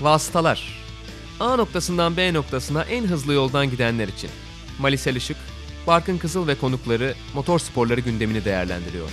Vasıtalar. A noktasından B noktasına en hızlı yoldan gidenler için. Malisel Işık, Barkın Kızıl ve konukları motor sporları gündemini değerlendiriyor.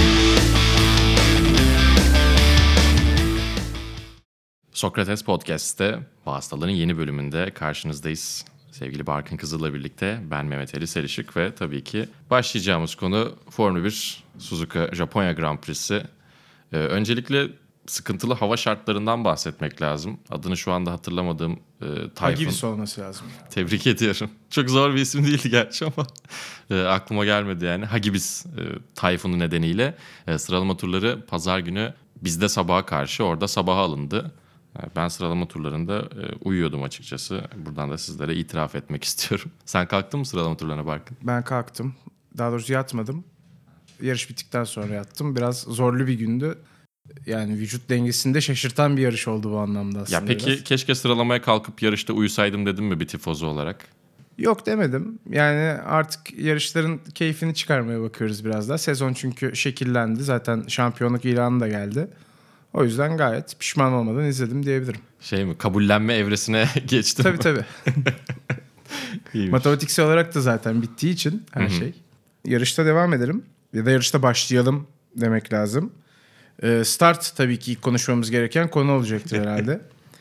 Sokrates Podcast'te Vasıtaların yeni bölümünde karşınızdayız. Sevgili Barkın Kızıl'la birlikte ben Mehmet Ali Selişik ve tabii ki başlayacağımız konu Formula 1 Suzuka Japonya Grand Prix'si. Öncelikle sıkıntılı hava şartlarından bahsetmek lazım. Adını şu anda hatırlamadığım Tayfun. Hagibis olması lazım. Tebrik ediyorum. Çok zor bir isim değildi gerçi ama aklıma gelmedi yani. Hagibis Tayfun'u nedeniyle sıralama turları pazar günü bizde sabaha karşı orada sabaha alındı. Ben sıralama turlarında uyuyordum açıkçası. Buradan da sizlere itiraf etmek istiyorum. Sen kalktın mı sıralama turlarına Barkın? Ben kalktım. Daha doğrusu yatmadım. Yarış bittikten sonra yattım. Biraz zorlu bir gündü. Yani vücut dengesini de şaşırtan bir yarış oldu bu anlamda aslında. Ya peki biraz. Keşke sıralamaya kalkıp yarışta uyusaydım dedim mi bir tifozu olarak? Yok demedim. Yani artık yarışların keyfini çıkarmaya bakıyoruz biraz daha. Sezon çünkü şekillendi. Zaten şampiyonluk ilanı da geldi. O yüzden gayet pişman olmadan izledim diyebilirim. Kabullenme evresine geçtim. Tabii. Matematiksel olarak da zaten bittiği için her şey. Yarışta devam edelim. Ya da yarışta başlayalım demek lazım. Start tabii ki ilk konuşmamız gereken konu olacaktır herhalde.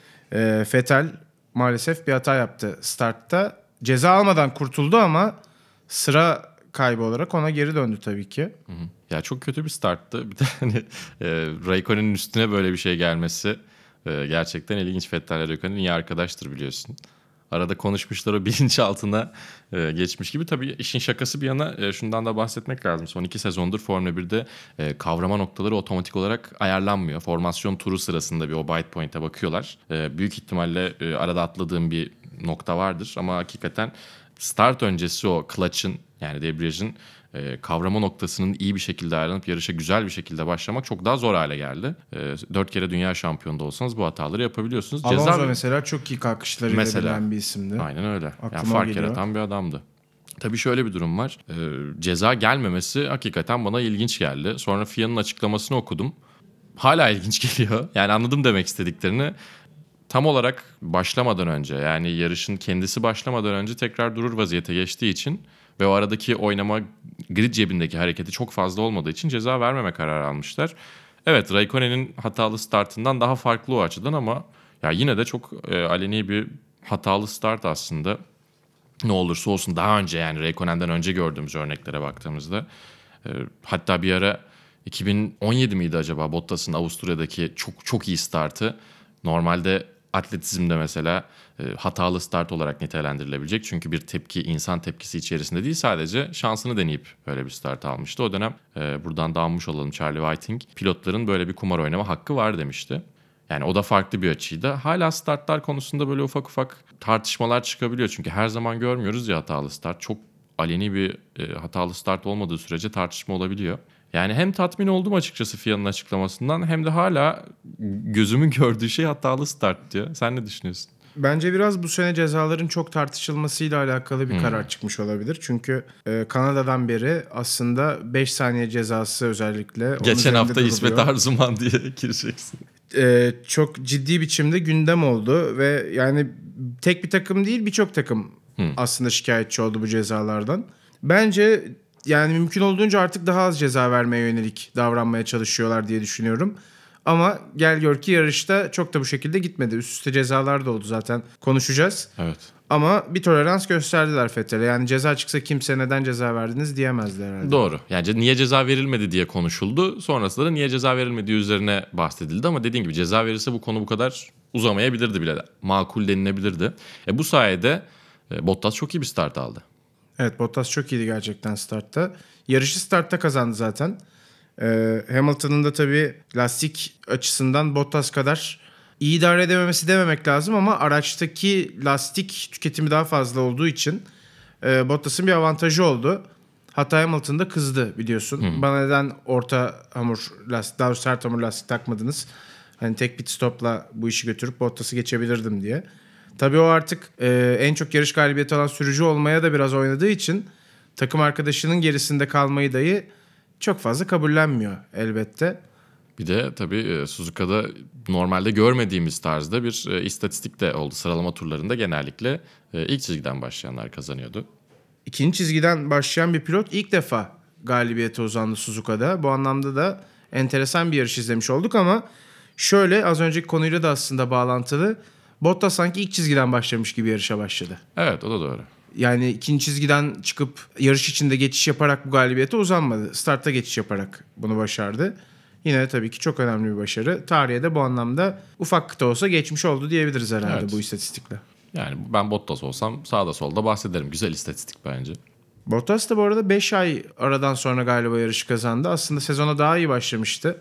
Vettel maalesef bir hata yaptı startta. Ceza almadan kurtuldu ama sıra kaybı olarak ona geri döndü tabii ki. Ya çok kötü bir starttı. Bir de Raikkonen'in üstüne böyle bir şey gelmesi gerçekten ilginç. Vettel ile Raikkonen iyi arkadaştır biliyorsun. Arada konuşmuşlar o bilinçaltına geçmiş gibi. Tabii işin şakası bir yana şundan da bahsetmek lazım. Son 2 sezondur Formula 1'de kavrama noktaları otomatik olarak ayarlanmıyor. Formasyon turu sırasında bir o bite point'e bakıyorlar. Büyük ihtimalle arada atladığım bir nokta vardır. Ama hakikaten start öncesi o clutch'ın yani debriyajın kavrama noktasının iyi bir şekilde ayarlanıp yarışa güzel bir şekilde başlamak çok daha zor hale geldi. 4 kere dünya şampiyonu da olsanız bu hataları yapabiliyorsunuz. Alonso mesela çok iyi kalkışlarıyla bilinen bir isimdi. Aynen öyle. Aklıma Yani fark geliyor. yaratan bir adamdı. Tabii şöyle bir durum var. Ceza gelmemesi hakikaten bana ilginç geldi. Sonra FIA'nın açıklamasını okudum. Hala ilginç geliyor. Yani anladım demek istediklerini. Tam olarak başlamadan önce yani yarışın kendisi başlamadan önce tekrar durur vaziyete geçtiği için ve o aradaki oynama grid cebindeki hareketi çok fazla olmadığı için ceza vermeme kararı almışlar. Evet, Raikkonen'in hatalı startından daha farklı o açıdan ama ya yine de çok aleni bir hatalı start aslında. Ne olursa olsun daha önce yani Raikkonen'den önce gördüğümüz örneklere baktığımızda hatta bir ara 2017 miydi acaba Bottas'ın Avusturya'daki çok iyi startı normalde atletizmde mesela hatalı start olarak nitelendirilebilecek. Çünkü bir tepki insan tepkisi içerisinde değil sadece şansını deneyip böyle bir start almıştı. O dönem buradan dağılmış olalım Charlie Whiting pilotların böyle bir kumar oynama hakkı var demişti. Yani o da farklı bir açıydı. Hala startlar konusunda böyle ufak ufak tartışmalar çıkabiliyor. Çünkü her zaman görmüyoruz ya hatalı start. Çok aleni bir hatalı start olmadığı sürece tartışma olabiliyor. Yani hem tatmin oldum açıkçası FIA'nın açıklamasından hem de hala gözümün gördüğü şey hatalı start diyor. Sen ne düşünüyorsun? Bence biraz bu sene cezaların çok tartışılmasıyla alakalı bir karar çıkmış olabilir. Çünkü Kanada'dan beri aslında 5 saniye cezası özellikle. Geçen hafta İsmet Arzuman diye gireceksin. Çok ciddi biçimde gündem oldu ve yani tek bir takım değil birçok takım aslında şikayetçi oldu bu cezalardan. Bence yani mümkün olduğunca artık daha az ceza vermeye yönelik davranmaya çalışıyorlar diye düşünüyorum. Ama gel gör ki yarışta çok da bu şekilde gitmedi. Üst üste cezalar da oldu zaten konuşacağız. Evet. Ama bir tolerans gösterdiler Vettel'e. Yani ceza çıksa kimse neden ceza verdiniz diyemezdi herhalde. Doğru. Yani niye ceza verilmedi diye konuşuldu. Sonrasında da niye ceza verilmediği üzerine bahsedildi. Ama dediğin gibi ceza verirse bu konu bu kadar uzamayabilirdi bile. Makul denilebilirdi. Bu sayede Bottas çok iyi bir start aldı. Evet, Bottas çok iyiydi gerçekten startta. Yarışı startta kazandı zaten. Hamilton'ın da tabii lastik açısından Bottas kadar iyi idare edememesi dememek lazım ama araçtaki lastik tüketimi daha fazla olduğu için Bottas'ın bir avantajı oldu. Hatta Hamilton da kızdı biliyorsun. Bana neden orta hamur lastik, daha sert hamur lastik takmadınız? Hani tek pit stopla bu işi götürüp Bottas'ı geçebilirdim diye. Tabii o artık en çok yarış galibiyeti alan sürücü olmaya da biraz oynadığı için takım arkadaşının gerisinde kalmayı dahi çok fazla kabullenmiyor elbette. Bir de tabii Suzuka'da normalde görmediğimiz tarzda bir istatistik de oldu. Sıralama turlarında genellikle ilk çizgiden başlayanlar kazanıyordu. İkinci çizgiden başlayan bir pilot ilk defa galibiyete uzandı Suzuka'da. Bu anlamda da enteresan bir yarış izlemiş olduk ama şöyle az önceki konuyla da aslında bağlantılı. Bottas sanki ilk çizgiden başlamış gibi yarışa başladı. Evet, o da doğru. Yani ikinci çizgiden çıkıp yarış içinde geçiş yaparak bu galibiyete uzanmadı. Startta geçiş yaparak bunu başardı. Yine tabii ki çok önemli bir başarı. Tarihe de bu anlamda ufak da olsa geçmiş oldu diyebiliriz herhalde Evet. bu istatistikle. Yani ben Bottas olsam sağda solda bahsederim. Güzel istatistik bence. Bottas da bu arada 5 ay aradan sonra galiba yarışı kazandı. Aslında sezona daha iyi başlamıştı.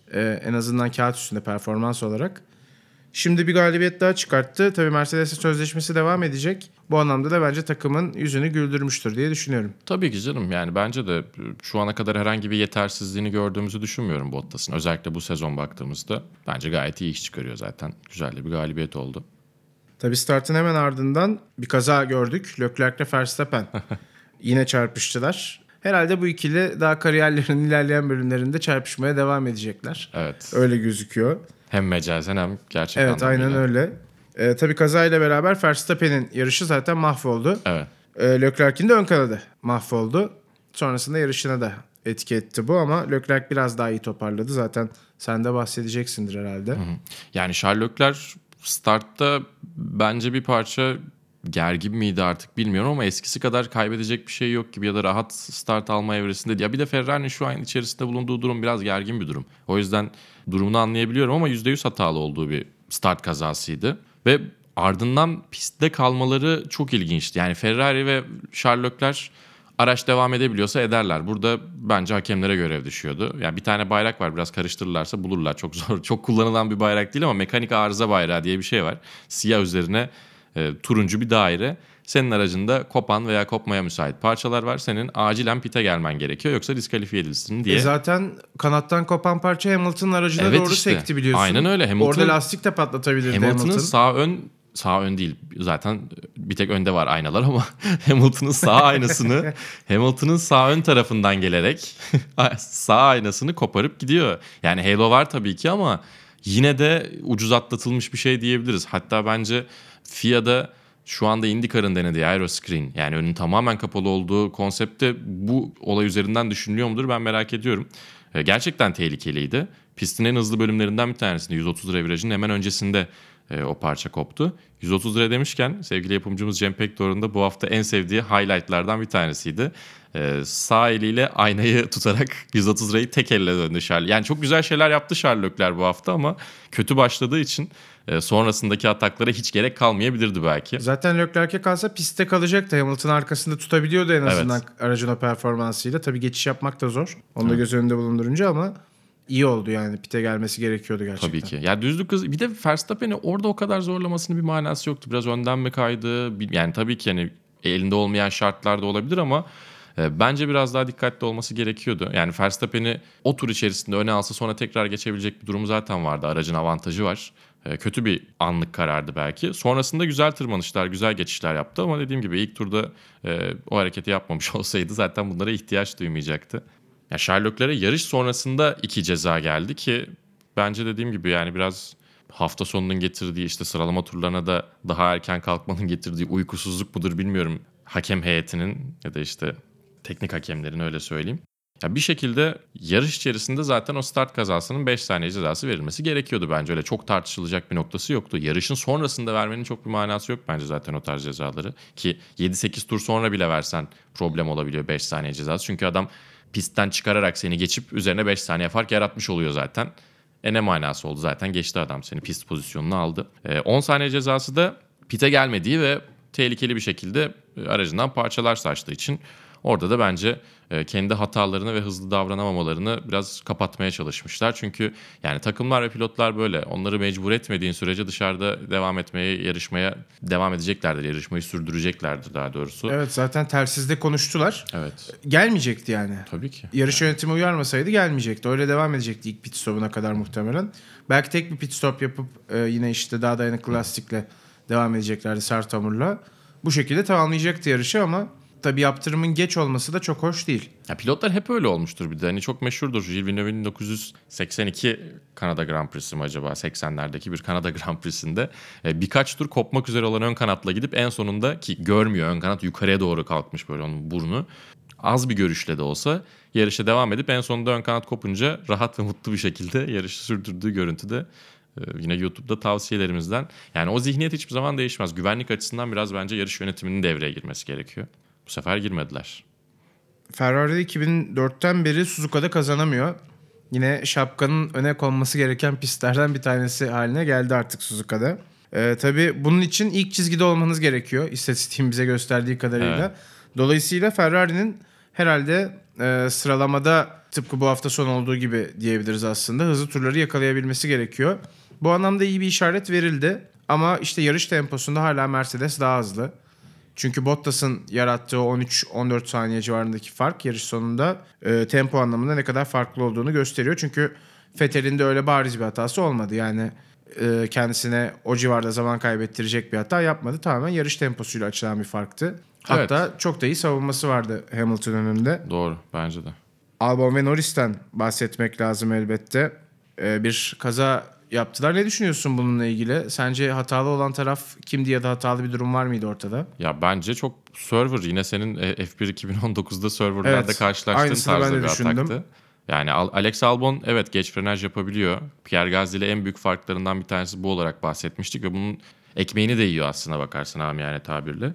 En azından kağıt üstünde performans olarak. Şimdi bir galibiyet daha çıkarttı. Tabii Mercedes'e sözleşmesi devam edecek. Bu anlamda da bence takımın yüzünü güldürmüştür diye düşünüyorum. Tabii ki canım, yani bence de şu ana kadar herhangi bir yetersizliğini gördüğümüzü düşünmüyorum Bottas'ın. Özellikle bu sezon baktığımızda bence gayet iyi iş çıkarıyor zaten. Güzel de bir galibiyet oldu. Tabii startın hemen ardından bir kaza gördük. Leclerc ile Verstappen yine çarpıştılar. Herhalde bu ikili daha kariyerlerinin ilerleyen bölümlerinde çarpışmaya devam edecekler. Evet. Öyle gözüküyor. Hem mecazen hem gerçek Evet, anlamıyla. aynen öyle. Tabii kazayla beraber Verstappen'in yarışı zaten mahvoldu. Evet. Leclerc'in de ön kanadı mahvoldu. Sonrasında yarışına da etki etti bu ama Leclerc biraz daha iyi toparladı. Zaten sen de bahsedeceksindir herhalde. Yani Charles Leclerc startta bence bir parça gergin miydi artık bilmiyorum ama eskisi kadar kaybedecek bir şey yok gibi ya da rahat start alma evresinde. Ya bir de Ferrari'nin şu an içerisinde bulunduğu durum biraz gergin bir durum. O yüzden durumunu anlayabiliyorum ama %100 hatalı olduğu bir start kazasıydı. Ve ardından pistte kalmaları çok ilginçti. Yani Ferrari ve Charles Leclerc araç devam edebiliyorsa ederler. Burada bence hakemlere görev düşüyordu. Yani bir tane bayrak var, biraz karıştırırlarsa bulurlar. Çok zor, çok kullanılan bir bayrak değil ama mekanik arıza bayrağı diye bir şey var. Siyah üzerine turuncu bir daire. Senin aracında kopan veya kopmaya müsait parçalar var. Senin acilen pite gelmen gerekiyor yoksa diskalifiye edilirsin diye. Zaten kanattan kopan parça Hamilton'ın aracına Evet doğru işte. sekti biliyorsun. Aynen öyle. Orada lastik de patlatabilirdi Hamilton'ın Hamilton. sağ ön değil. Zaten bir tek önde var aynalar ama Hamilton'ın sağ aynasını Hamilton'ın sağ ön tarafından gelerek sağ aynasını koparıp gidiyor. Yani halo var tabii ki ama yine de ucuz atlatılmış bir şey diyebiliriz. Hatta bence FIA'da şu anda IndyCar'ın denediği Aeroscreen, yani önün tamamen kapalı olduğu konsepte bu olay üzerinden düşünülüyor mudur ben merak ediyorum. Gerçekten tehlikeliydi. Pistin en hızlı bölümlerinden bir tanesinde 130 lira virajının hemen öncesinde o parça koptu. 130 lira demişken sevgili yapımcımız Cem Pekdoğru'nun da bu hafta en sevdiği highlightlardan bir tanesiydi. Sağ eliyle aynayı tutarak 130 lirayı tek elle döndü Charles. Yani çok güzel şeyler yaptı Charles Leclerc bu hafta ama kötü başladığı için sonrasındaki ataklara hiç gerek kalmayabilirdi belki. Zaten Leclerc'e kalsa pistte kalacaktı. Hamilton arkasında tutabiliyordu en azından aracın o performansıyla. Tabii geçiş yapmak da zor. Onu da göz önünde bulundurunca ama iyi oldu yani. Pite gelmesi gerekiyordu gerçekten. Tabii ki. Ya düzlük hız, bir de Verstappen'i orada o kadar zorlamasının bir manası yoktu. Biraz önden mi kaydı? Yani tabii ki hani elinde olmayan şartlarda olabilir ama bence biraz daha dikkatli olması gerekiyordu. Yani Verstappen'i o tur içerisinde öne alsa sonra tekrar geçebilecek bir durum zaten vardı. Aracın avantajı var. Kötü bir anlık karardı belki. Sonrasında güzel tırmanışlar, güzel geçişler yaptı ama dediğim gibi ilk turda o hareketi yapmamış olsaydı zaten bunlara ihtiyaç duymayacaktı. Ya Charles Leclerc'e yarış sonrasında 2 ceza geldi ki bence dediğim gibi yani biraz hafta sonunun getirdiği işte sıralama turlarına da daha erken kalkmanın getirdiği uykusuzluk mudur bilmiyorum. Hakem heyetinin ya da işte teknik hakemlerin, öyle söyleyeyim. Ya bir şekilde yarış içerisinde zaten o start kazasının 5 saniye cezası verilmesi gerekiyordu bence. Öyle çok tartışılacak bir noktası yoktu. Yarışın sonrasında vermenin çok bir manası yok bence zaten o tarz cezaları. Ki 7-8 tur sonra bile versen problem olabiliyor 5 saniye cezası. Çünkü adam pistten çıkararak seni geçip üzerine 5 saniye fark yaratmış oluyor zaten. Ne manası oldu, zaten geçti adam seni, pist pozisyonunu aldı. 10 saniye cezası da pite gelmediği ve tehlikeli bir şekilde aracından parçalar saçtığı için orada da bence kendi hatalarını ve hızlı davranamamalarını biraz kapatmaya çalışmışlar. Çünkü yani takımlar ve pilotlar böyle. Onları mecbur etmediğin sürece dışarıda devam etmeye, yarışmaya devam edeceklerdir. Yarışmayı sürdüreceklerdir daha doğrusu. Evet, zaten telsizde konuştular. Evet. Gelmeyecekti yani. Tabii ki. Yarış yönetimi uyarmasaydı gelmeyecekti. Öyle devam edecekti ilk pit stopuna kadar muhtemelen. Belki tek bir pit stop yapıp yine işte daha dayanıklı lastikle devam edeceklerdi sert hamurla. Bu şekilde tamamlayacaktı yarışı ama tabii yaptırımın geç olması da çok hoş değil. Ya pilotlar hep öyle olmuştur bir de. Hani çok meşhurdur. Gilles Villeneuve'nin 1982 Kanada Grand Prix'si mi acaba? 80'lerdeki bir Kanada Grand Prix'sinde birkaç tur kopmak üzere olan ön kanatla gidip en sonunda, ki görmüyor, ön kanat yukarıya doğru kalkmış böyle onun burnu. Az bir görüşle de olsa yarışa devam edip en sonunda ön kanat kopunca rahat ve mutlu bir şekilde yarışı sürdürdüğü görüntüde yine YouTube'da tavsiyelerimizden. Yani o zihniyet hiçbir zaman değişmez. Güvenlik açısından biraz bence yarış yönetiminin devreye girmesi gerekiyor. Bu sefer girmediler. Ferrari 2004'ten beri Suzuka'da kazanamıyor. Yine şapkanın öne konması gereken pistlerden bir tanesi haline geldi artık Suzuka'da. Tabii bunun için ilk çizgide olmanız gerekiyor. İstatistiğin bize gösterdiği kadarıyla. Evet. Dolayısıyla Ferrari'nin herhalde sıralamada tıpkı bu hafta sonu olduğu gibi diyebiliriz aslında. Hızlı turları yakalayabilmesi gerekiyor. Bu anlamda iyi bir işaret verildi. Ama işte yarış temposunda hala Mercedes daha hızlı. Çünkü Bottas'ın yarattığı 13-14 saniye civarındaki fark yarış sonunda tempo anlamında ne kadar farklı olduğunu gösteriyor. Çünkü Vettel'in de öyle bariz bir hatası olmadı. Yani kendisine o civarda zaman kaybettirecek bir hata yapmadı. Tamamen yarış temposuyla açılan bir farktı. Hatta çok da iyi savunması vardı Hamilton önünde. Doğru, bence de. Albon ve Norris'ten bahsetmek lazım elbette. Bir kaza yaptılar. Ne düşünüyorsun bununla ilgili? Sence hatalı olan taraf kimdi ya da hatalı bir durum var mıydı ortada? Ya bence çok server, yine senin F1 2019'da serverlarda Evet, karşılaştığın aynısını ben tarzda de bir düşündüm. ataktı. Yani Alex Albon evet geç frenaj yapabiliyor. Pierre Gasly ile en büyük farklarından bir tanesi bu olarak bahsetmiştik ve bunun ekmeğini de yiyor aslına bakarsan amiyane tabirle.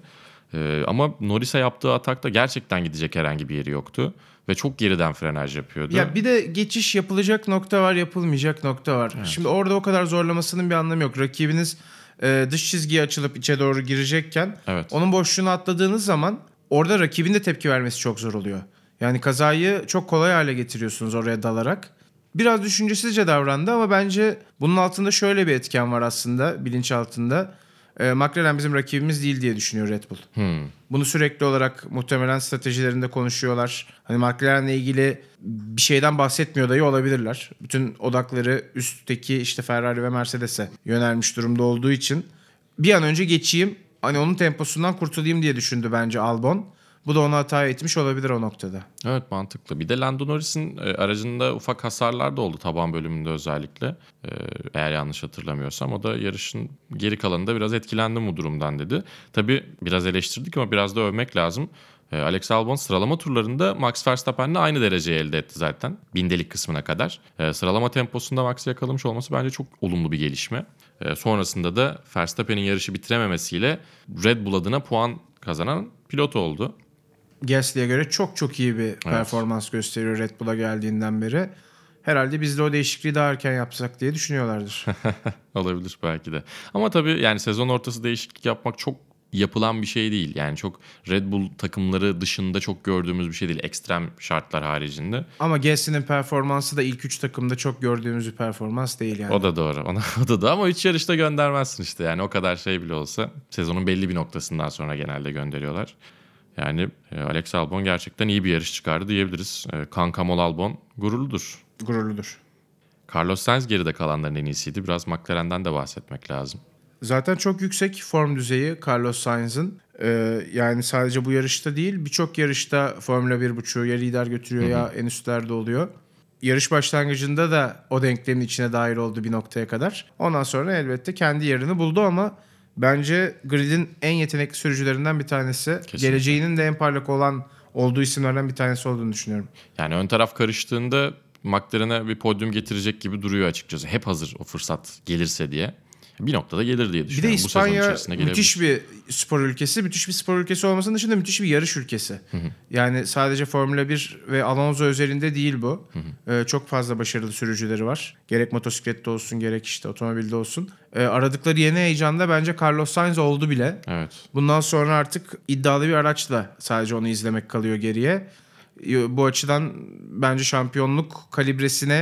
Ama Norris'e yaptığı atakta gerçekten gidecek herhangi bir yeri yoktu. Ve çok geriden frenaj yapıyordu. Ya bir de geçiş yapılacak nokta var, yapılmayacak nokta var. Evet. Şimdi orada o kadar zorlamasının bir anlamı yok. Rakibiniz dış çizgiye açılıp içe doğru girecekken Evet. onun boşluğunu atladığınız zaman orada rakibin de tepki vermesi çok zor oluyor. Yani kazayı çok kolay hale getiriyorsunuz oraya dalarak. Biraz düşüncesizce davrandı ama bence bunun altında şöyle bir etken var aslında bilinçaltında. McLaren bizim rakibimiz değil diye düşünüyor Red Bull. Bunu sürekli olarak muhtemelen stratejilerinde konuşuyorlar. Hani McLaren'le ilgili bir şeyden bahsetmiyor dahi olabilirler. Bütün odakları üstteki işte Ferrari ve Mercedes'e yönelmiş durumda olduğu için bir an önce geçeyim, hani onun temposundan kurtulayım diye düşündü bence Albon. Bu da onu hata etmiş olabilir o noktada. Evet, mantıklı. Bir de Lando Norris'in aracında ufak hasarlar da oldu taban bölümünde özellikle. Eğer yanlış hatırlamıyorsam. O da yarışın geri kalanında biraz etkilendim bu durumdan dedi. Tabii biraz eleştirdik ama biraz da övmek lazım. Alex Albon sıralama turlarında Max Verstappen'le aynı dereceyi elde etti zaten. Bindelik kısmına kadar. Sıralama temposunda Max'i yakalamış olması bence çok olumlu bir gelişme. Sonrasında da Verstappen'in yarışı bitirememesiyle Red Bull adına puan kazanan pilot oldu. Gasly'e göre çok çok iyi bir performans gösteriyor Red Bull'a geldiğinden beri. Herhalde biz de o değişikliği daha erken yapsak diye düşünüyorlardır. Olabilir belki de. Ama tabii yani sezon ortası değişiklik yapmak çok yapılan bir şey değil. Yani çok Red Bull takımları dışında çok gördüğümüz bir şey değil. Ekstrem şartlar haricinde. Ama Gasly'nin performansı da ilk 3 takımda çok gördüğümüz bir performans değil yani. O da doğru. O da ama 3 yarışta göndermezsin işte. Yani o kadar şey bile olsa sezonun belli bir noktasından sonra genelde gönderiyorlar. Yani Alex Albon gerçekten iyi bir yarış çıkardı diyebiliriz. Kankamol Albon gururludur. Gururludur. Carlos Sainz geride kalanların en iyisiydi. Biraz McLaren'den de bahsetmek lazım. Zaten çok yüksek form düzeyi Carlos Sainz'ın. Yani sadece bu yarışta değil, birçok yarışta Formula 1.5'u ya lider götürüyor ya en üstlerde oluyor. Yarış başlangıcında da o denklemin içine dahil oldu bir noktaya kadar. Ondan sonra elbette kendi yerini buldu ama bence gridin en yetenekli sürücülerinden bir tanesi. Kesinlikle. Geleceğinin de en parlak olan olduğu isimlerden bir tanesi olduğunu düşünüyorum. Yani ön taraf karıştığında McLaren'e bir podyum getirecek gibi duruyor açıkçası. Hep hazır o fırsat gelirse diye. Bir noktada gelir diye Bir düşünüyorum. de Bu sezon İspanya içerisinde gelebilir. müthiş bir spor ülkesi. Müthiş bir spor ülkesi olmasının dışında müthiş bir yarış ülkesi. Yani sadece Formula 1 ve Alonso özelinde değil bu. Çok fazla başarılı sürücüleri var. Gerek motosiklette olsun gerek işte otomobilde olsun. Aradıkları yeni heyecanda bence Carlos Sainz oldu bile. Evet. Bundan sonra artık iddialı bir araçla sadece onu izlemek kalıyor geriye. Bu açıdan bence şampiyonluk kalibresine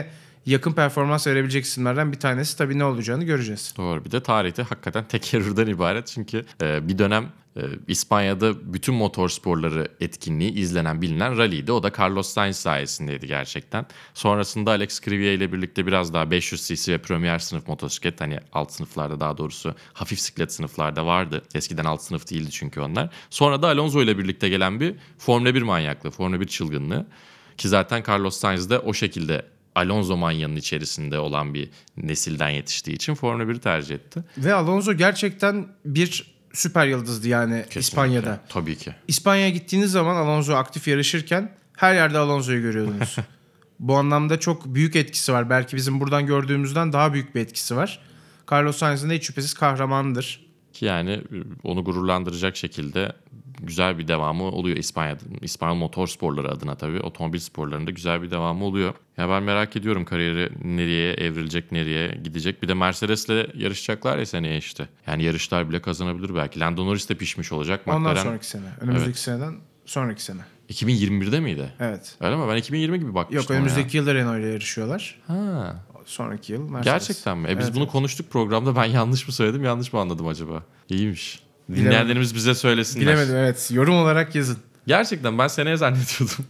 yakın performans verebilecek isimlerden bir tanesi. Tabii ne olacağını göreceğiz. Doğru. Bir de tarihte hakikaten tekerrürden ibaret. Çünkü bir dönem İspanya'da bütün motorsporları etkinliği izlenen bilinen rally'di. O da Carlos Sainz sayesindeydi gerçekten. Sonrasında Alex Crivia ile birlikte biraz daha 500 cc ve Premier sınıf motosiklet, hani alt sınıflarda, daha doğrusu hafif siklet sınıflarda vardı. Eskiden alt sınıf değildi çünkü onlar. Sonra da Alonso ile birlikte gelen bir Formula 1 manyaklığı, Formula 1 çılgınlığı. Ki zaten Carlos Sainz de o şekilde Alonso manyanın içerisinde olan bir nesilden yetiştiği için Formula 1'i tercih etti. Ve Alonso gerçekten bir süper yıldızdı yani Kesinlikle. İspanya'da. Tabii ki. İspanya'ya gittiğiniz zaman Alonso aktif yarışırken her yerde Alonso'yu görüyordunuz. Bu anlamda çok büyük etkisi var. Belki bizim buradan gördüğümüzden daha büyük bir etkisi var. Carlos Sainz'ın da hiç şüphesiz kahramandır. Ki yani onu gururlandıracak şekilde güzel bir devamı oluyor İspanya'da. İspanyol motor sporları adına tabii. Otomobil sporlarında güzel bir devamı oluyor. Ya ben merak ediyorum kariyeri nereye evrilecek, nereye gidecek. Bir de Mercedes'le yarışacaklar ya seneye işte. Yani yarışlar bile kazanabilir belki. Lando Norris de pişmiş olacak. Ondan McLaren sonraki sene. Önümüzdeki seneden sonraki sene. 2021'de miydi? Evet. Öyle mi? Ben 2020 gibi bakmıştım. Yok, önümüzdeki yılda Renault ile yarışıyorlar. Ha. Sonraki yıl Mercedes. Gerçekten mi? Biz Evet, bunu evet. konuştuk programda. Ben yanlış mı söyledim, yanlış mı anladım acaba? İyiymiş. Dinleyenlerimiz bize söylesinler. Bilemedim, evet. Yorum olarak yazın. Gerçekten ben seneye zannediyordum.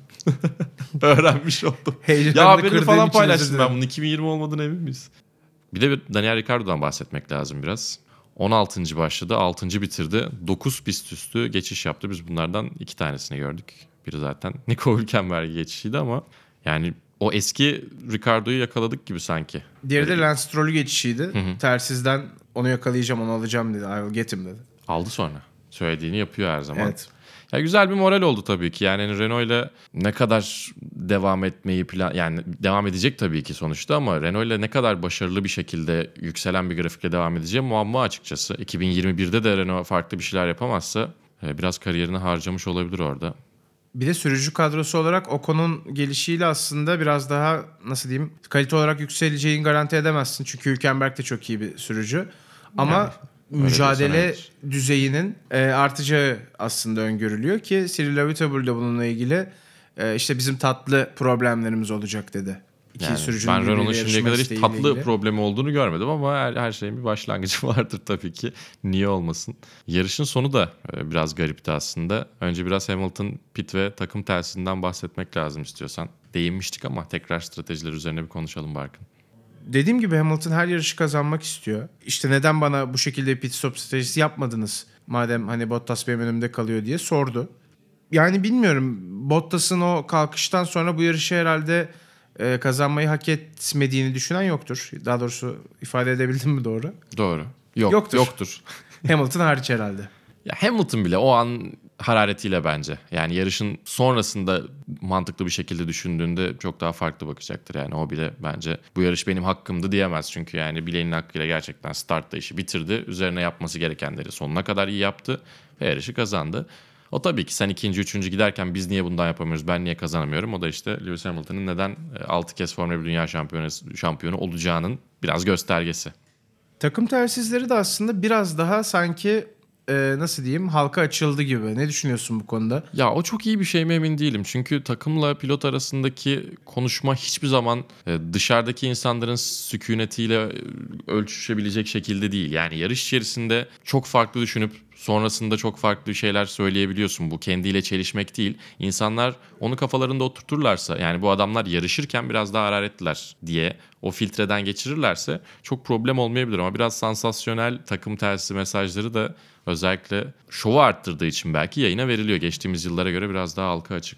Öğrenmiş oldum. Heyecanını Ya haberini kırdığım falan için paylaştım özür ben dilerim. bunun. 2020 olmadığına emin miyiz? Bir de Daniel Ricciardo'dan bahsetmek lazım biraz. 16. başladı, 6. bitirdi. 9 pist üstü geçiş yaptı. Biz bunlardan 2 tanesini gördük. Biri zaten Nico Hülkenberg geçişiydi ama yani o eski Ricciardo'yu yakaladık gibi sanki. Diğeri de Lance Stroll'ü geçişiydi. Tersizden onu yakalayacağım, onu alacağım dedi. I will get him dedi. Aldı sonra. Söylediğini yapıyor her zaman. Evet. Ya güzel bir moral oldu tabii ki. Yani hani Renault ile ne kadar devam etmeyi yani devam edecek tabii ki sonuçta, ama Renault ile ne kadar başarılı bir şekilde yükselen bir grafikle devam edeceği muamma açıkçası. 2021'de de Renault farklı bir şeyler yapamazsa biraz kariyerini harcamış olabilir orada. Bir de sürücü kadrosu olarak Ocon'un gelişiyle aslında biraz daha, nasıl diyeyim, kalite olarak yükseleceğini garanti edemezsin. Çünkü Hülkenberg de çok iyi bir sürücü. Ama Yani, mücadele evet. düzeyinin artacağı aslında öngörülüyor ki Cyril Abiteboul de bununla ilgili işte bizim tatlı problemlerimiz olacak dedi. İki Yani sürücünün ben Renault'un birbiriyle şimdiye yarışma kadar hiç isteğiyle tatlı ilgili. problemi olduğunu görmedim ama her şeyin bir başlangıcı vardır tabii ki. Niye olmasın? Yarışın sonu da biraz garipti aslında. Önce biraz Hamilton, pit ve takım telsizinden bahsetmek lazım istiyorsan. Değinmiştik ama tekrar stratejiler üzerine bir konuşalım Barkın. Dediğim gibi Hamilton her yarışı kazanmak istiyor. İşte neden bana bu şekilde pit stop stratejisi yapmadınız? Madem hani Bottas benim önümde kalıyor diye sordu. Yani bilmiyorum, Bottas'ın o kalkıştan sonra bu yarışı herhalde kazanmayı hak etmediğini düşünen yoktur. Daha doğrusu ifade edebildim mi doğru? Doğru. Yoktur. Hamilton hariç herhalde. Ya Hamilton bile o an hararetiyle bence. Yani yarışın sonrasında mantıklı bir şekilde düşündüğünde çok daha farklı bakacaktır. Yani o bile bence bu yarış benim hakkımdı diyemez. Çünkü yani bileğinin hakkıyla gerçekten startta işi bitirdi. Üzerine yapması gerekenleri sonuna kadar iyi yaptı ve yarışı kazandı. O tabii ki sen ikinci, üçüncü giderken biz niye bundan yapamıyoruz, ben niye kazanamıyorum? O da işte Lewis Hamilton'ın neden 6 kez Formula 1 Dünya Şampiyonu olacağının biraz göstergesi. Takım telsizleri de aslında biraz daha sanki nasıl diyeyim, halka açıldı gibi. Ne düşünüyorsun bu konuda? Ya o çok iyi bir şey mi emin değilim. Çünkü takımla pilot arasındaki konuşma hiçbir zaman dışarıdaki insanların sükunetiyle ölçüşebilecek şekilde değil. Yani yarış içerisinde çok farklı düşünüp sonrasında çok farklı şeyler söyleyebiliyorsun. Bu kendiyle çelişmek değil. İnsanlar onu kafalarında oturturlarsa, yani bu adamlar yarışırken biraz daha hararetliler diye o filtreden geçirirlerse çok problem olmayabilir. Ama biraz sansasyonel takım tersi mesajları da özellikle şovu arttırdığı için belki yayına veriliyor. Geçtiğimiz yıllara göre biraz daha halka açık.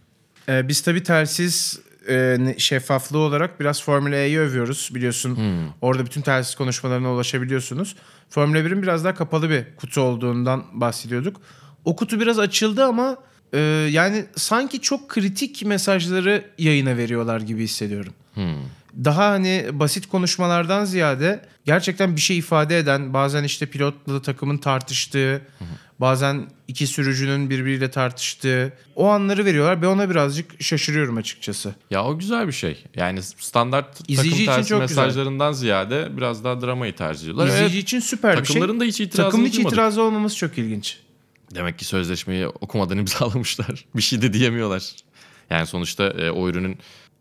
Biz tabii telsiz şeffaflığı olarak biraz Formula E'yi övüyoruz. Biliyorsun orada bütün telsiz konuşmalarına ulaşabiliyorsunuz. Formula 1'in biraz daha kapalı bir kutu olduğundan bahsediyorduk. O kutu biraz açıldı ama yani sanki çok kritik mesajları yayına veriyorlar gibi hissediyorum. Daha hani basit konuşmalardan ziyade gerçekten bir şey ifade eden, bazen işte pilotla takımın tartıştığı, bazen iki sürücünün birbiriyle tartıştığı o anları veriyorlar. Ben ona birazcık şaşırıyorum açıkçası. Ya o güzel bir şey. Yani standart İzleyici takım için tersi çok mesajlarından ziyade biraz daha dramayı tercih ediyorlar. İzleyici Evet, için süper bir şey. takımların da hiç itirazını Takımın hiç duymadık. itirazı olmaması çok ilginç. Demek ki sözleşmeyi okumadan imzalamışlar. Bir şey de diyemiyorlar. Yani sonuçta o ürünün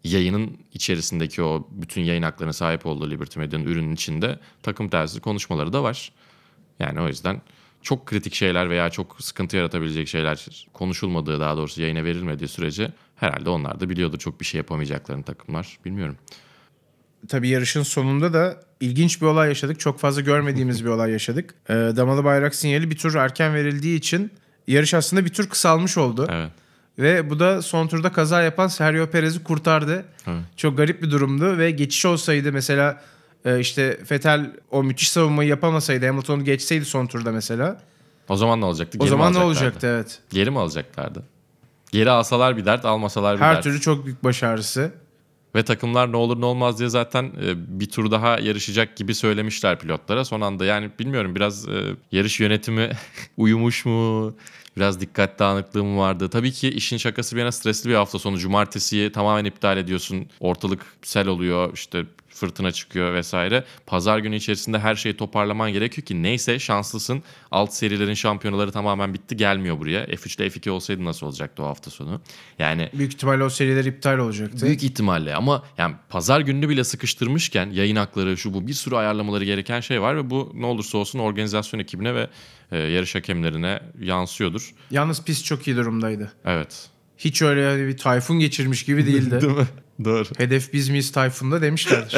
yayının içerisindeki o bütün yayın haklarına sahip olduğu Liberty Media'nın ürünün içinde takım tersi konuşmaları da var. Yani o yüzden çok kritik şeyler veya çok sıkıntı yaratabilecek şeyler konuşulmadığı, daha doğrusu yayına verilmediği sürece herhalde onlar da biliyordur çok bir şey yapamayacaklarını takımlar. Bilmiyorum. Tabii yarışın sonunda da ilginç bir olay yaşadık. Çok fazla görmediğimiz bir olay yaşadık. Damalı bayrak sinyali bir tur erken verildiği için yarış aslında bir tur kısalmış oldu. Evet. Ve bu da son turda kaza yapan Sergio Perez'i kurtardı. Evet. Çok garip bir durumdu ve geçiş olsaydı mesela işte Vettel o müthiş savunmayı yapamasaydı, Hamilton'u geçseydi son turda mesela. O zaman ne olacaktı? O Geri mi zaman ne alacaklardı? olacaktı, evet. Geri mi alacaklardı? Geri alsalar bir dert, almasalar bir Her dert. türlü çok büyük baş ağrısı. Ve takımlar ne olur ne olmaz diye zaten bir tur daha yarışacak gibi söylemişler pilotlara son anda. Yani bilmiyorum, biraz yarış yönetimi uyumuş mu? Biraz dikkat dağınıklığı mı vardı? Tabii ki işin şakası bir yana stresli bir hafta sonu. Cumartesiyi tamamen iptal ediyorsun. Ortalık sel oluyor, işte fırtına çıkıyor vesaire. Pazar günü içerisinde her şeyi toparlaman gerekiyor ki neyse şanslısın. Alt serilerin şampiyonaları tamamen bitti, gelmiyor buraya. F3 ile F2 olsaydı nasıl olacaktı o hafta sonu? Yani Büyük ihtimalle o seriler iptal olacaktı. büyük ihtimalle, ama yani pazar gününü bile sıkıştırmışken yayın hakları şu bu bir sürü ayarlamaları gereken şey var ve bu ne olursa olsun organizasyon ekibine ve yarış hakemlerine yansıyordur. Yalnız pist çok iyi durumdaydı. Evet. Hiç öyle hani bir tayfun geçirmiş gibi değildi. Değil mi? Doğru. Hedef biz miyiz tayfunda demişlerdir.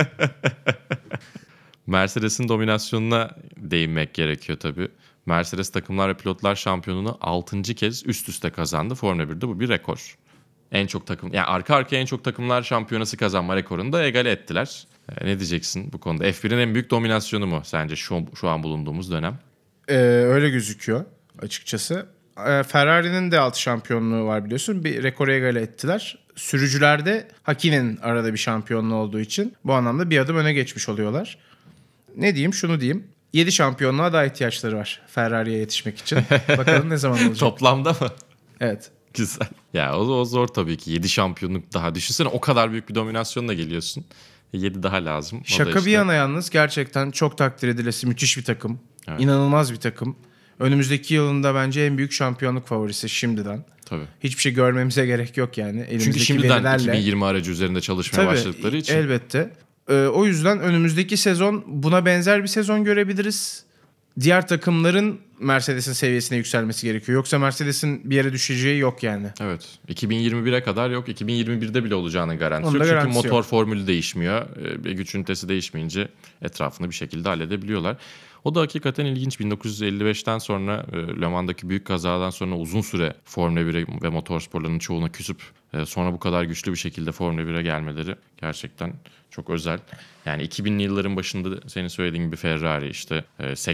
Mercedes'in dominasyonuna değinmek gerekiyor tabii. Mercedes Takımlar ve Pilotlar Şampiyonu'nu 6. kez üst üste kazandı Formula 1'de. Bu bir rekor. En çok takım, yani arka arkaya en çok takımlar şampiyonası kazanma rekorunu da egale ettiler. Ne diyeceksin bu konuda? F1'in en büyük dominasyonu mu sence şu an bulunduğumuz dönem? Öyle gözüküyor açıkçası. Ferrari'nin de 6 şampiyonluğu var biliyorsun. Bir rekoru egale ettiler. Sürücülerde Hakkini'nin arada bir şampiyonluğu olduğu için bu anlamda bir adım öne geçmiş oluyorlar. Ne diyeyim, şunu diyeyim. 7 şampiyonluğa daha ihtiyaçları var Ferrari'ye yetişmek için. Bakalım ne zaman olacak. Toplamda mı? Evet. Güzel. Ya o zor tabii ki. 7 şampiyonluk daha. Düşünsene, o kadar büyük bir dominasyonla geliyorsun. 7 daha lazım. O da Şaka işte. bir yana yalnız gerçekten çok takdir edilesi müthiş bir takım. Evet. İnanılmaz bir takım. Önümüzdeki yılında bence en büyük şampiyonluk favorisi şimdiden. Tabii. Hiçbir şey görmemize gerek yok yani. Elimizdeki Çünkü şimdiden verilerle. 2020 aracı üzerinde çalışmaya başladıkları için. Elbette. O yüzden önümüzdeki sezon buna benzer bir sezon görebiliriz. Diğer takımların Mercedes'in seviyesine yükselmesi gerekiyor. Yoksa Mercedes'in bir yere düşeceği yok yani. Evet. 2021'e kadar yok. 2021'de bile olacağının garantisi Onun yok. da Çünkü garantisi motor yok. formülü değişmiyor. Güç ünitesi değişmeyince etrafını bir şekilde halledebiliyorlar. O da hakikaten ilginç. 1955'ten sonra Le Mans'daki büyük kazadan sonra uzun süre Formula 1'e ve motorsporlarının çoğuna küsüp sonra bu kadar güçlü bir şekilde Formula 1'e gelmeleri gerçekten çok özel. Yani 2000'li yılların başında senin söylediğin gibi Ferrari, işte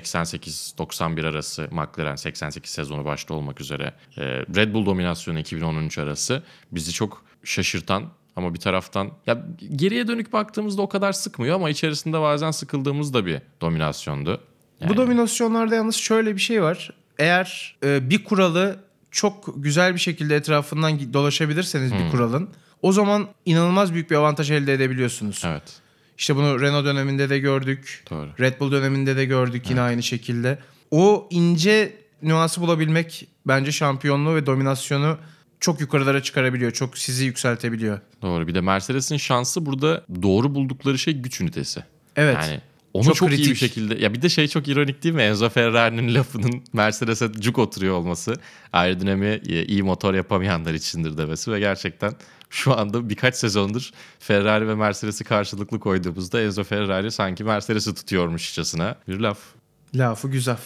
88-91 arası McLaren, 88 sezonu başta olmak üzere Red Bull dominasyonu 2013 arası bizi çok şaşırtan, ama bir taraftan ya geriye dönük baktığımızda o kadar sıkmıyor ama içerisinde bazen sıkıldığımız da bir dominasyondu. Yani. Bu dominasyonlarda yalnız şöyle bir şey var. Eğer bir kuralı çok güzel bir şekilde etrafından dolaşabilirseniz bir kuralın, o zaman inanılmaz büyük bir avantaj elde edebiliyorsunuz. Evet. İşte bunu Renault döneminde de gördük. Doğru. Red Bull döneminde de gördük yine aynı şekilde. O ince nüansı bulabilmek bence şampiyonluğu ve dominasyonu çok yukarılara çıkarabiliyor. Çok sizi yükseltebiliyor. Doğru. Bir de Mercedes'in şansı burada doğru buldukları şey güç ünitesi. Evet. Yani onu Çok çok iyi kritik. bir şekilde... Ya bir de şey çok ironik değil mi? Enzo Ferrari'nin lafının Mercedes'e cuk oturuyor olması. Aerodinamiği iyi motor yapamayanlar içindir demesi ve gerçekten şu anda birkaç sezondur Ferrari ve Mercedes'i karşılıklı koyduğumuzda Enzo Ferrari sanki Mercedes'i tutuyormuşçasına bir laf. Lafı güzaf.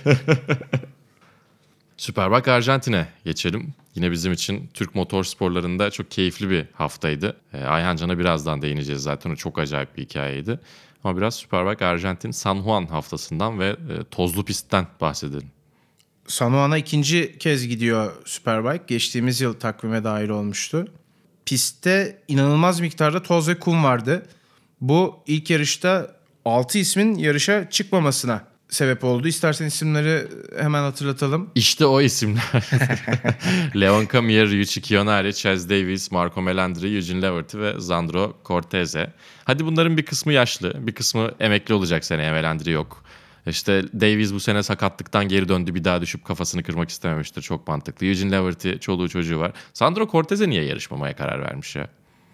Superbike Arjantin'e geçelim. Yine bizim için Türk motorsporlarında çok keyifli bir haftaydı. Ayhan Can'a birazdan değineceğiz zaten, o çok acayip bir hikayeydi. Ama biraz Superbike Arjantin San Juan haftasından ve tozlu pistten bahsedelim. San Juan'a ikinci kez gidiyor Superbike. Geçtiğimiz yıl takvime dahil olmuştu. Pistte inanılmaz miktarda toz ve kum vardı. Bu ilk yarışta 6 ismin yarışa çıkmamasına sebep oldu. İstersen isimleri hemen hatırlatalım. İşte o isimler. Leon Camier, Ryuichi Kiyonari, Chaz Davies, Marco Melandri, Eugene Leverty ve Sandro Cortese. Hadi bunların bir kısmı yaşlı, bir kısmı emekli olacak seneye. Melandri yok. İşte Davies bu sene sakatlıktan geri döndü. Bir daha düşüp kafasını kırmak istememiştir. Çok mantıklı. Eugene Leverty çoluğu çocuğu var. Sandro Cortese niye yarışmamaya karar vermiş ya?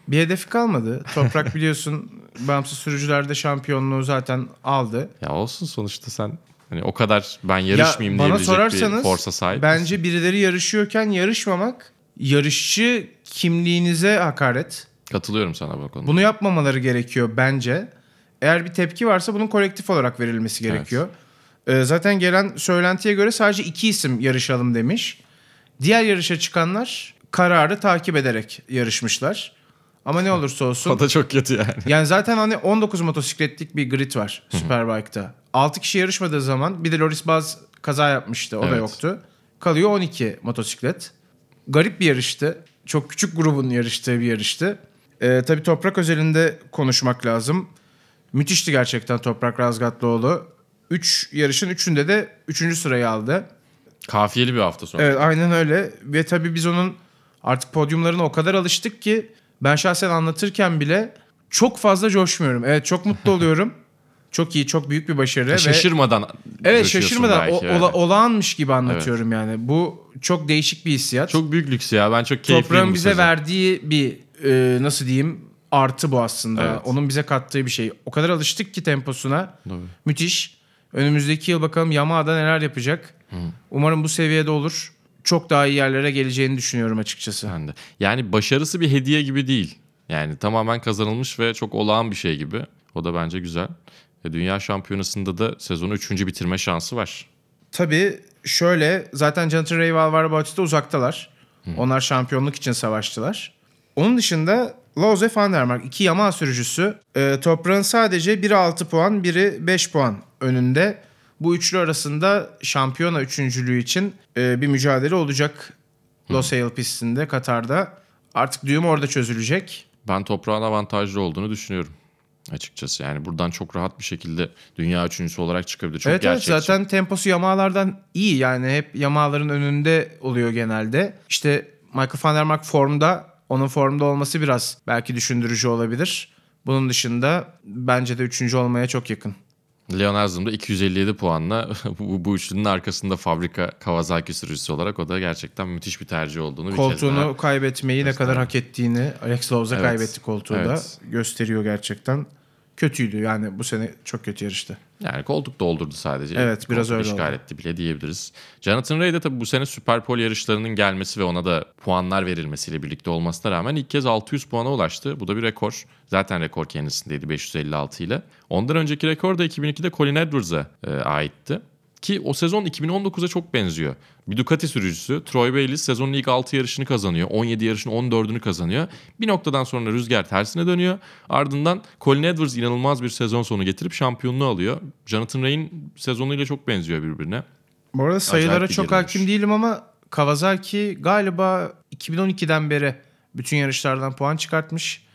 Bir hedefi kalmadı. Toprak biliyorsun bağımsız sürücülerde şampiyonluğu zaten aldı. Ya olsun sonuçta sen hani o kadar ben yarışmayayım Bana diyebilecek bir sorarsanız forsa sahip. bence birileri yarışıyorken yarışmamak yarışçı kimliğinize hakaret. Katılıyorum sana bu konuda. Bunu yapmamaları gerekiyor bence. Eğer bir tepki varsa bunun kolektif olarak verilmesi gerekiyor. Zaten gelen söylentiye göre sadece 2 isim yarışalım demiş. Diğer yarışa çıkanlar kararı takip ederek yarışmışlar. Ama ne olursa olsun. O da çok kötü yani. Yani zaten hani 19 motosikletlik bir grid var Superbike'da. 6 kişi yarışmadığı zaman bir de Loris Baz kaza yapmıştı. O da Evet. yoktu. Kalıyor 12 motosiklet. Garip bir yarıştı. Çok küçük grubun yarıştığı bir yarıştı. Tabii Toprak özelinde konuşmak lazım. Müthişti gerçekten Toprak Razgatlıoğlu. 3 yarışın 3'ünde de 3. sırayı aldı. Kafiyeli bir hafta sonu. Evet, aynen öyle. Ve tabii biz onun artık podyumlarına o kadar alıştık ki ben şahsen anlatırken bile çok fazla coşmuyorum. Evet, çok mutlu oluyorum. Çok iyi, çok büyük bir başarı. Şaşırmadan Evet, coşuyorsun şaşırmadan belki yani. olağanmış gibi anlatıyorum yani. Bu çok değişik bir hissiyat. Çok büyük lüks ya. Ben çok keyifliyim Toprağın bu bize sezon. verdiği bir nasıl diyeyim artı bu aslında. Evet. Onun bize kattığı bir şey. O kadar alıştık ki temposuna. Tabii. Müthiş. Önümüzdeki yıl bakalım Yamaha'da neler yapacak. Umarım bu seviyede olur. Çok daha iyi yerlere geleceğini düşünüyorum açıkçası. Ben de. Yani başarısı bir hediye gibi değil. Yani tamamen kazanılmış ve çok olağan bir şey gibi. O da bence güzel. Dünya Şampiyonası'nda da sezonu 3. bitirme şansı var. Tabii şöyle zaten Jonathan Ray ve Alvaro Bautista uzaktalar. Onlar şampiyonluk için savaştılar. Onun dışında Lose van der Mark 2 Yamaha sürücüsü. Toprağın sadece biri 6 puan, biri 5 puan önünde. Bu üçlü arasında şampiyona üçüncülüğü için bir mücadele olacak. Losail pistinde, Katar'da. Artık düğüm orada çözülecek. Ben toprağın avantajlı olduğunu düşünüyorum. Açıkçası yani buradan çok rahat bir şekilde dünya üçüncüsü olarak çıkabilir. Çok Evet, gerçekçi. zaten temposu Yamaha'lardan iyi. Yani hep Yamaha'ların önünde oluyor genelde. İşte Michael van der Mark formda. Onun formda olması biraz belki düşündürücü olabilir. Bunun dışında bence de üçüncü olmaya çok yakın. Leon Erzum da 257 puanla bu üçlünün arkasında fabrika Kawasaki sürücüsü olarak o da gerçekten müthiş bir tercih olduğunu bir kez Koltuğunu daha. kaybetmeyi ne kadar hak ettiğini, Alex Lowes'a Evet. kaybetti koltuğu da Evet. gösteriyor gerçekten. Kötüydü yani bu sene çok kötü yarıştı. Yani koltuk doldurdu sadece. Evet, biraz Koltuk öyle işgal oldu. etti bile diyebiliriz. Jonathan Ray de tabii bu sene Superpole yarışlarının gelmesi ve ona da puanlar verilmesiyle birlikte olmasına rağmen ilk kez 600 puana ulaştı. Bu da bir rekor. Zaten rekor kendisindeydi 556 ile. Ondan önceki rekor da 2002'de Colin Edwards'a aitti. Ki o sezon 2019'a çok benziyor. Bir Ducati sürücüsü Troy Bayliss sezonun ilk 6 yarışını kazanıyor. 17 yarışın 14'ünü kazanıyor. Bir noktadan sonra rüzgar tersine dönüyor. Ardından Colin Edwards inanılmaz bir sezon sonu getirip şampiyonluğu alıyor. Jonathan Ray'in sezonuyla çok benziyor birbirine. Bu arada sayılara Acayip bir çok geri dönüş. hakim değilim ama Kawasaki galiba 2012'den beri bütün yarışlardan puan çıkartmış.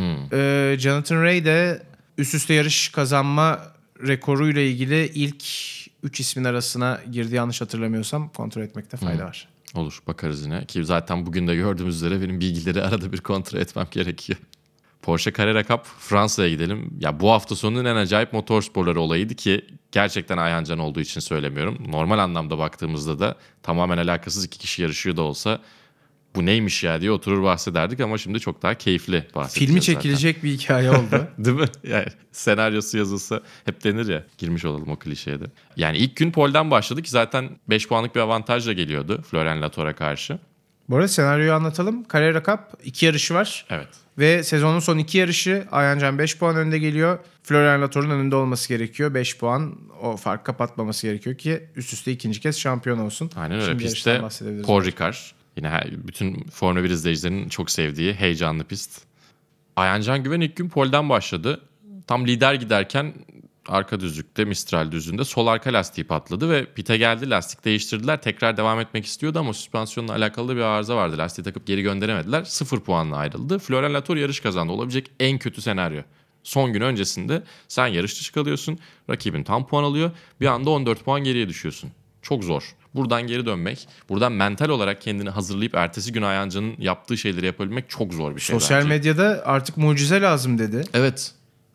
Jonathan Ray de üst üste yarış kazanma rekoruyla ilgili ilk 3 ismin arasına girdi, yanlış hatırlamıyorsam. Kontrol etmekte fayda var. Olur, bakarız yine. Ki zaten bugün de gördüğümüz üzere benim bilgileri arada bir kontrol etmem gerekiyor. Porsche Carrera Cup, Fransa'ya gidelim. Ya bu hafta sonunun en acayip motorsporları olayıydı ki gerçekten Ayhan Can olduğu için söylemiyorum. Normal anlamda baktığımızda da tamamen alakasız 2 kişi yarışıyor da olsa bu neymiş ya diye oturur bahsederdik ama şimdi çok daha keyifli bahsedeceğiz Filmi çekilecek bir hikaye oldu. zaten. Değil mi? Yani senaryosu yazılsa hep denir ya. Girmiş olalım o klişeye de. Yani ilk gün pole'den başladı ki zaten 5 puanlık bir avantajla geliyordu Florian Latour'a karşı. Bu arada senaryoyu anlatalım. Carrera Cup 2 yarışı var. Evet. Ve sezonun son 2 yarışı Ayhan Can 5 puan önde geliyor. Florian Latour'un önünde olması gerekiyor. 5 puan o fark kapatmaması gerekiyor ki üst üste ikinci kez şampiyon olsun. Aynen öyle. Şimdi Pistte yarıştan bahsedebiliriz. Paul Ricard. Yine bütün Formula 1 izleyicilerinin çok sevdiği heyecanlı pist. Ayhan Can Güven ilk gün pole'den başladı. Tam lider giderken arka düzlükte, Mistral düzlüğünde sol arka lastiği patladı ve pite geldi, lastik değiştirdiler. Tekrar devam etmek istiyordu ama süspansiyonla alakalı da bir arıza vardı. Lastiği takıp geri gönderemediler. 0 puanla ayrıldı. Florian Latour yarış kazandı. Olabilecek en kötü senaryo. Son gün öncesinde sen yarış dışı kalıyorsun. Rakibin tam puan alıyor. Bir anda 14 puan geriye düşüyorsun. Çok zor. Buradan geri dönmek, buradan mental olarak kendini hazırlayıp ertesi gün Ayhan Can'ın yaptığı şeyleri yapabilmek çok zor bir şey Sosyal bence. medyada artık mucize lazım dedi. Evet.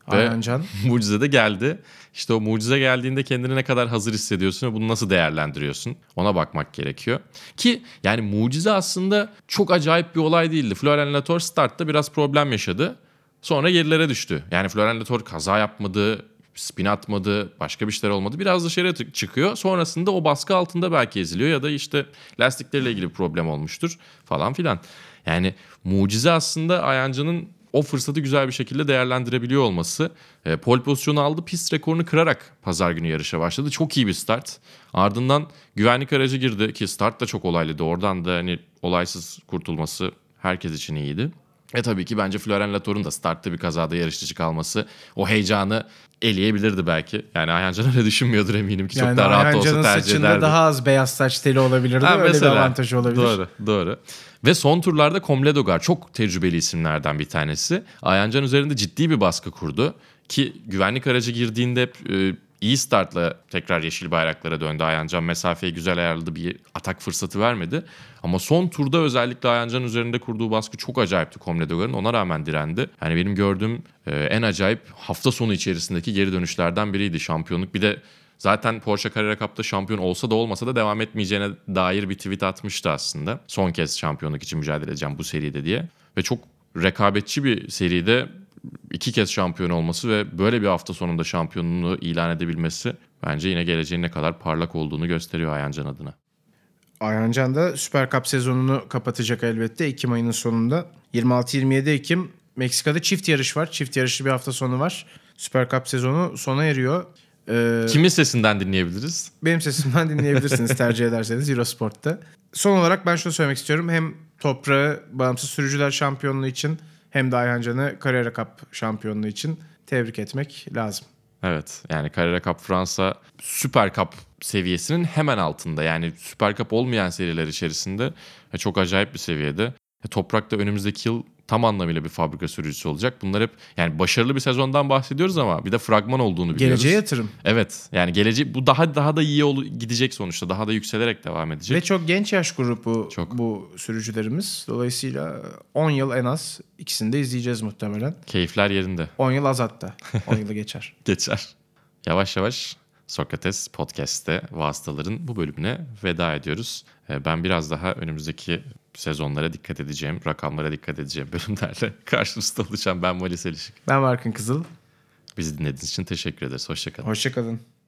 Ayhancan. Mucize de geldi. İşte o mucize geldiğinde kendini ne kadar hazır hissediyorsun ve bunu nasıl değerlendiriyorsun? Ona bakmak gerekiyor. Ki yani mucize aslında çok acayip bir olay değildi. Florian Latour startta biraz problem yaşadı. Sonra gerilere düştü. Yani Florian Latour kaza yapmadı, spin atmadı, başka bir şeyler olmadı. Biraz dışarıya çıkıyor. Sonrasında o baskı altında belki eziliyor ya da işte lastiklerle ilgili bir problem olmuştur falan filan. Yani mucize aslında Ayhancan'ın o fırsatı güzel bir şekilde değerlendirebiliyor olması. Pole pozisyonu aldı, pist rekorunu kırarak pazar günü yarışa başladı. Çok iyi bir start. Ardından güvenlik aracı girdi ki start da çok olaylıydı. Oradan da hani olaysız kurtulması herkes için iyiydi. Tabii ki bence Florian Latour'un da startta bir kazada yarış dışı kalması o heyecanı eleyebilirdi belki. Yani Ayhancan öyle düşünmüyordur eminim ki. Yani çok daha rahat olsa Ayhancan'ın tercih saçında ederdi. daha az beyaz saç teli olabilirdi. Ha, Öyle mesela. bir avantajı olabilir. Doğru. Ve son turlarda Komledogar çok tecrübeli isimlerden bir tanesi. Ayhancan üzerinde ciddi bir baskı kurdu. Ki güvenlik aracı girdiğinde hep iyi startla tekrar yeşil bayraklara döndü. Ayhancan mesafeyi güzel ayarladı, bir atak fırsatı vermedi. Ama son turda özellikle Ayhancan üzerinde kurduğu baskı çok acayipti Komledogar'ın. Ona rağmen direndi. Yani benim gördüğüm en acayip hafta sonu içerisindeki geri dönüşlerden biriydi şampiyonluk. Bir de zaten Porsche Carrera Cup'ta şampiyon olsa da olmasa da devam etmeyeceğine dair bir tweet atmıştı aslında. Son kez şampiyonluk için mücadele edeceğim bu seride diye. Ve çok rekabetçi bir seride 2 kez şampiyon olması ve böyle bir hafta sonunda şampiyonluğunu ilan edebilmesi bence yine geleceğin ne kadar parlak olduğunu gösteriyor Ayhancan adına. Ayhancan da Süper Cup sezonunu kapatacak elbette Ekim ayının sonunda. 26-27 Ekim Meksika'da çift yarış var. Çift yarışlı bir hafta sonu var. Süper Cup sezonu sona eriyor. Kimin sesinden dinleyebiliriz? Benim sesimden dinleyebilirsiniz tercih ederseniz Eurosport'ta. Son olarak ben şunu söylemek istiyorum. Hem Toprağı Bağımsız Sürücüler Şampiyonluğu için hem de Ayhancan'ı Carrera Cup şampiyonluğu için tebrik etmek lazım. Evet, yani Carrera Cup Fransa Süper Cup seviyesinin hemen altında. Yani Süper Cup olmayan seriler içerisinde çok acayip bir seviyede. Toprak da önümüzdeki yıl tam anlamıyla bir fabrika sürücüsü olacak. Bunlar hep yani başarılı bir sezondan bahsediyoruz ama bir de fragman olduğunu biliyoruz. Geleceğe yatırım. Evet, yani geleceği bu daha da iyi gidecek sonuçta. Daha da yükselerek devam edecek. Ve çok genç yaş grubu Çok. bu sürücülerimiz. Dolayısıyla 10 yıl en az ikisini de izleyeceğiz muhtemelen. Keyifler yerinde. 10 yıl az hatta. 10 yılı geçer. Geçer. Yavaş yavaş Sokrates Podcast'te vasıtaların bu bölümüne veda ediyoruz. Ben biraz daha önümüzdeki sezonlara dikkat edeceğim, rakamlara dikkat edeceğim bölümlerle karşınızda olacağım. Ben Mali Selişik. Ben Barkın Kızıl. Bizi dinlediğiniz için teşekkür ederiz. Hoşça kalın. Hoşça kalın.